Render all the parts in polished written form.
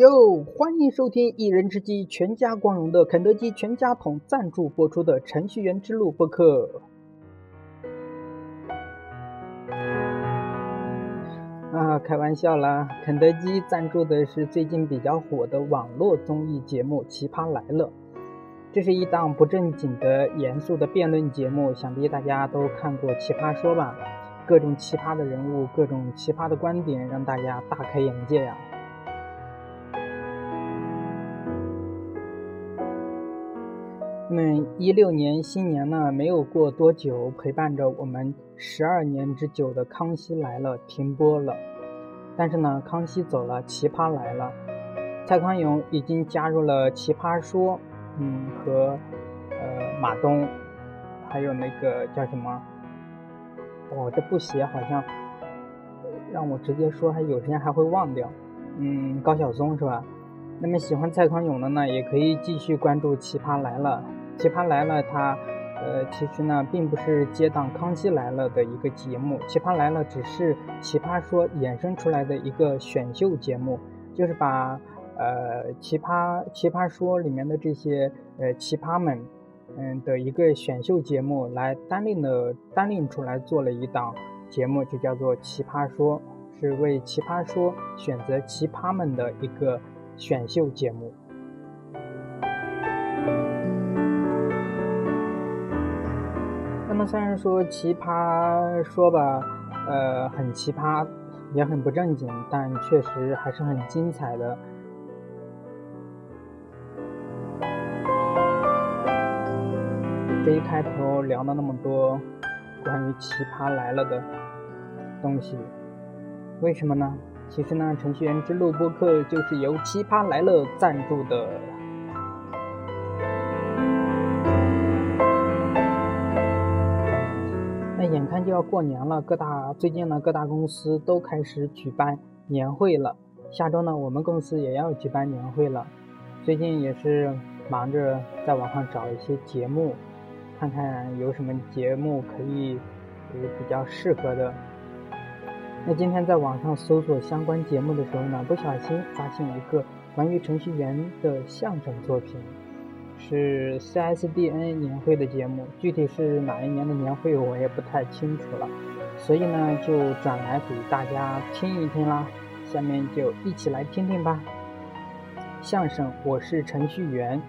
哟，欢迎收听一人吃鸡全家光荣的肯德基全家桶赞助播出的程序员之路播客。开玩笑啦，肯德基赞助的是最近比较火的网络综艺节目《奇葩来了》。这是一档不正经的严肃的辩论节目，想必大家都看过《奇葩说》吧？各种奇葩的人物，各种奇葩的观点，让大家大开眼界呀。那么16年新年呢，没有过多久，陪伴着我们12年之久的《康熙来了》停播了。但是呢，康熙走了，奇葩来了。蔡康永已经加入了《奇葩说》，和马东，还有那个叫什么？这不写好像让我直接说，有时间还会忘掉。高晓松是吧？那么喜欢蔡康永的呢，也可以继续关注《奇葩来了》。《奇葩来了》它其实呢并不是接档《康熙来了》的一个节目，《奇葩来了》只是《奇葩说》衍生出来的一个选秀节目，就是把奇葩说里面的这些奇葩们的一个选秀节目来单拎出来做了一档节目，就叫做《奇葩说》，是为奇葩说选择奇葩们的一个选秀节目。那么虽然说奇葩说吧，很奇葩，也很不正经，但确实还是很精彩的。这一开头聊了那么多关于奇葩来了的东西，为什么呢？其实呢，程序员之路播客就是由奇葩来了赞助的。那眼看就要过年了，最近呢各大公司都开始举办年会了。下周呢我们公司也要举办年会了。最近也是忙着在网上找一些节目，看看有什么节目可以比较适合的。那今天在网上搜索相关节目的时候呢，不小心发现一个关于程序员的相声作品，是 CSDN 年会的节目，具体是哪一年的年会我也不太清楚了，所以呢就转来给大家听一听啦。下面就一起来听听吧。相声我是程序员。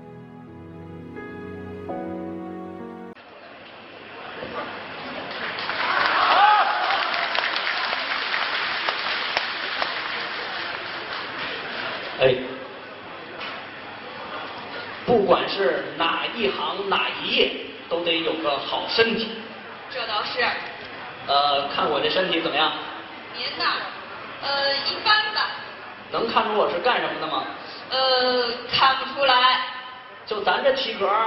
不管是哪一行哪一业，都得有个好身体。 这倒是。 看我这身体怎么样？ 您呐，一般吧。 能看出我是干什么的吗？ 看不出来。 就咱这体格，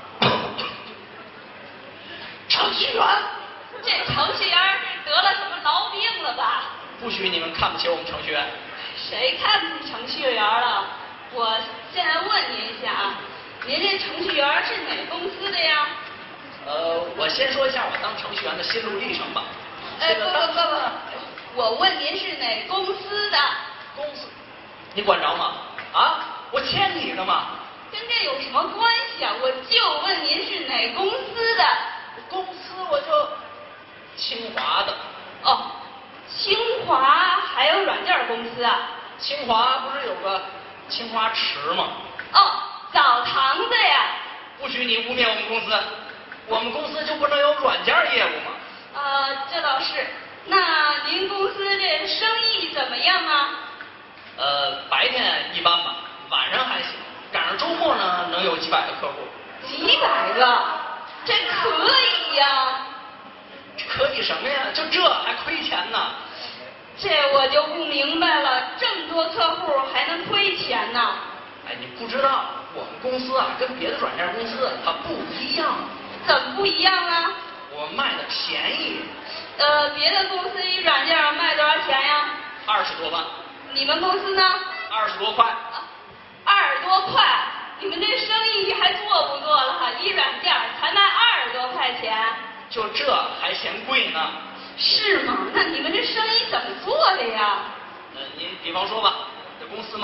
程序员。 这程序员是得了什么痨病了吧？ 不许你们看不起我们程序员。 谁看不起程序员了？我现在问您一下啊，您这程序员是哪公司的呀？ 我先说一下我当程序员的心路历程吧。 不，我问您是哪公司的？ 公司？你管着吗？我欠你的嘛。 跟这有什么关系啊？我就问您是哪公司的？ 公司我就清华的。 清华还有软件公司啊？ 清华不是有个清华池吗？ 澡堂子呀。 不许你污蔑我们公司，我们公司就不能有软件业务吗？ 这倒是。那您公司这生意怎么样啊？ 白天一般吧，晚上还行，赶上周末呢能有几百个客户。 几百个？这可以呀。 可以什么呀？就这还亏钱呢？ 这我就不明白了，这么多客户还能亏钱呢？ 你不知道，我们公司跟别的软件公司它不一样。 怎么不一样啊？ 我卖的便宜。 别的公司一软件卖多少钱呀 ？20多万。 你们公司呢 ？20多块。 20多块？你们这生意还做不做了？一软件才卖20多块钱？ 就这还嫌贵呢？ 是吗？那你们这生意怎么做的呀？ 你比方说吧，这公司门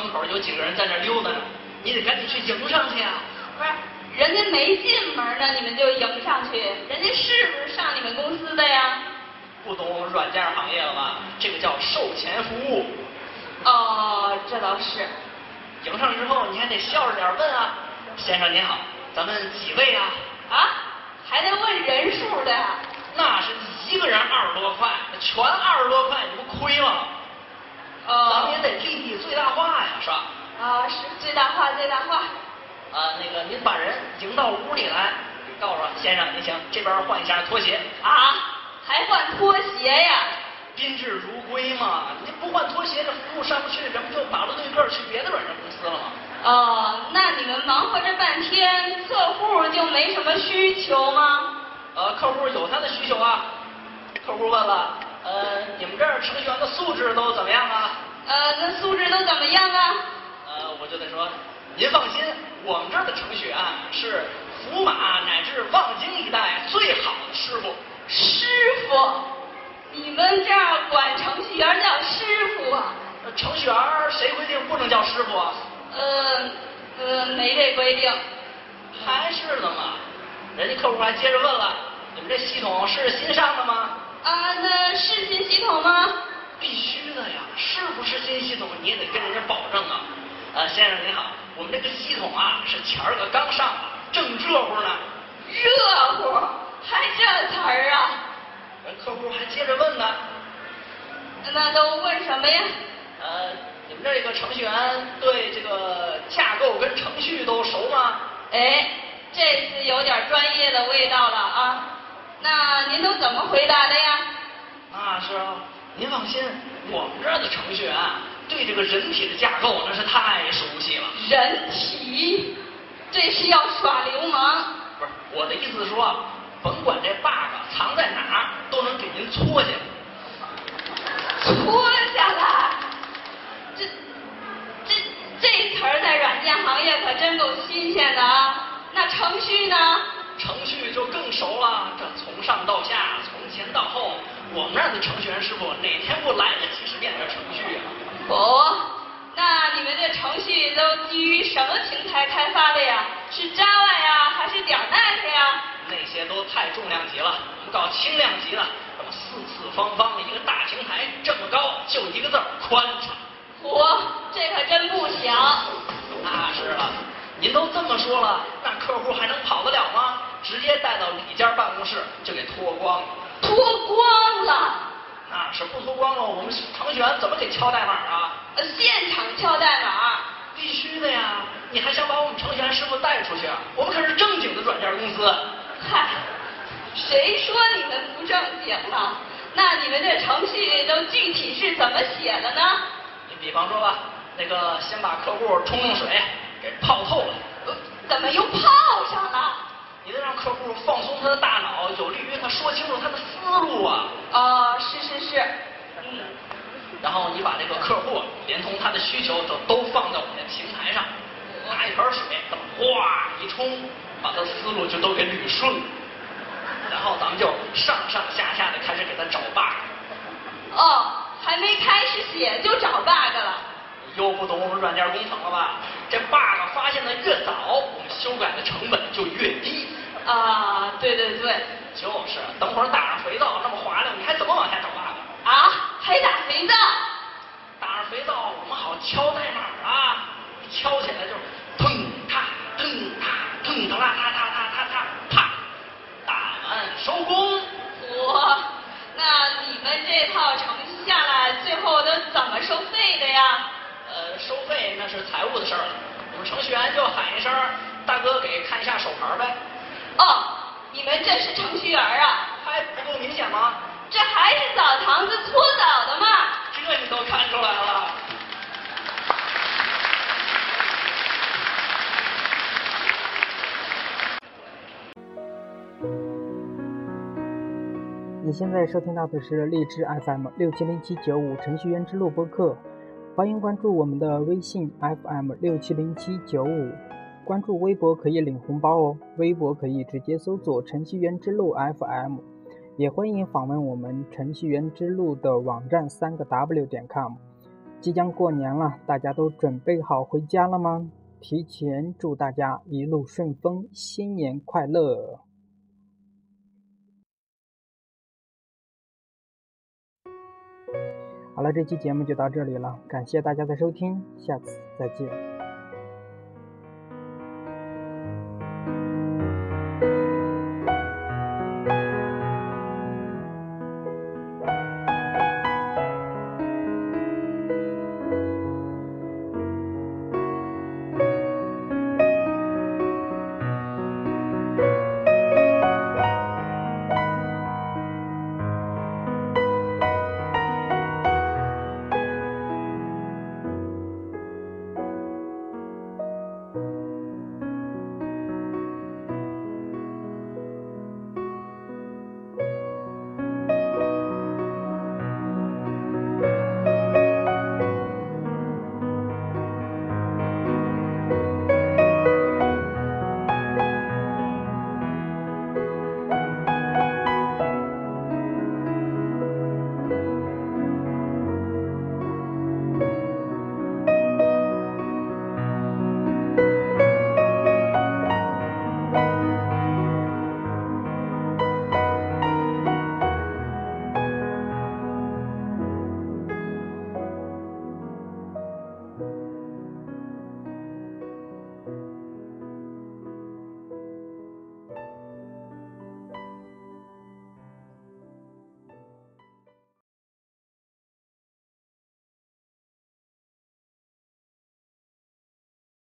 门口有几个人在那溜达呢，你得赶紧去迎上去啊。 不是，人家没进门呢，你们就迎上去，人家是不是上你们公司的呀？ 不懂软件行业了吧？这个叫售前服务。 哦，这倒是。 迎上之后你还得笑着点问啊，先生您好，咱们几位啊？ 啊，还得问人数的呀？ 那是一个人20多块，全20多块，你不亏吗？咱们也得利益最大化呀，是吧？ 啊，是最大化，最大化。 那个您把人迎到屋里来，告诉我先生您行，这边换一下拖鞋。 啊，还换拖鞋呀？ 宾至如归嘛，您不换拖鞋，这服务上不去，人不就把了对个去别的软件公司了吗？ 哦，那你们忙活这半天，客户就没什么需求吗？ 客户有他的需求啊。客户问了，你们这儿程序员的素质都怎么样啊？ 那素质都怎么样啊？ 我就得说，您放心，我们这儿的程序员是福马乃至望京一带最好的师傅。 师傅？你们这儿管程序员叫师傅啊？ 程序员谁规定不能叫师傅啊？ 没这规定。 还是的嘛。人家客户还接着问了，你们这系统是新上的吗？ 那是新系统吗？ 必须的呀，是不是新系统你也得跟人家保证啊。先生您好，我们这个系统啊是前儿个刚上的，正热乎呢。 热乎？还这词儿啊？ 人客户还接着问呢。 那都问什么呀？ 你们这个程序员对这个架构跟程序都熟吗？ 哎，这次有点专业的味道了啊。那您都怎么回答的呀？ 是啊，您放心，我们这儿的程序员对这个人体的架构那是太熟悉了。 人体？这是要耍流氓？ 不是，我的意思是说，甭管这 bug 藏在哪儿，都能给您搓下来。 搓下来？这词儿在软件行业可真够新鲜的啊。那程序呢？ 程序就更熟了，这从上到下，从前到后，我们这儿的程序员师傅哪天不来个几十遍的程序啊？ 那你们这程序都基于什么平台开发的呀？是 Java 呀，还是点 net 呀？ 那些都太重量级了，我们搞轻量级的，这么四四方方的一个大平台，这么高，就一个字儿宽敞。 这可真不小。 那是了，您都这么说了，那客户还能跑得了吗？直接带到里间办公室就给脱光了。 脱光了？ 那是不脱光了，我们程序员怎么给敲代码啊？ 现场敲代码？ 必须的呀！你还想把我们程序员师傅带出去？我们可是正经的软件公司。 嗨，谁说你们不正经了？那你们这程序都具体是怎么写的呢？ 你比方说吧，那个先把客户冲用水给泡透了。 怎么又泡上了？ 你得让客户放松他的大脑，有利于他说清楚他的思路啊。 是。 然后你把这个客户连同他的需求都放在我们的平台上，拿一盆水这么哗一冲，把他的思路就都给捋顺了。然后咱们就上上下下的开始给他找 bug。 还没开始写就找 bug 了。 又不懂我们软件工程了吧？这 bug 发现的越早，我们修改的成本就越低。 对。 就是等会儿打上肥皂那么滑溜，你还怎么往下找 bug？ 还打肥皂？ 打上肥皂，我们好敲代码啊！敲起来就是砰踏砰踏砰踏啦踏踏踏踏踏啪，打完收工。 那你们这套程序下来，最后都怎么收费的呀？ 收费那是财务的事儿了，我们程序员就喊一声大哥，给看一下手牌呗。 你们这是程序员啊？ 还不够明显吗？ 这还是澡堂子搓澡的嘛？ 这你都看出来了。 你现在收听到的是荔枝 FM 670795程序员之路播客，欢迎关注我们的微信 FM 670795，关注微博可以领红包哦，微博可以直接搜索程序员之路 FM， 也欢迎访问我们程序员之路的网站3个W.com， 即将过年了，大家都准备好回家了吗？提前祝大家一路顺风，新年快乐！好了，这期节目就到这里了，感谢大家的收听，下次再见。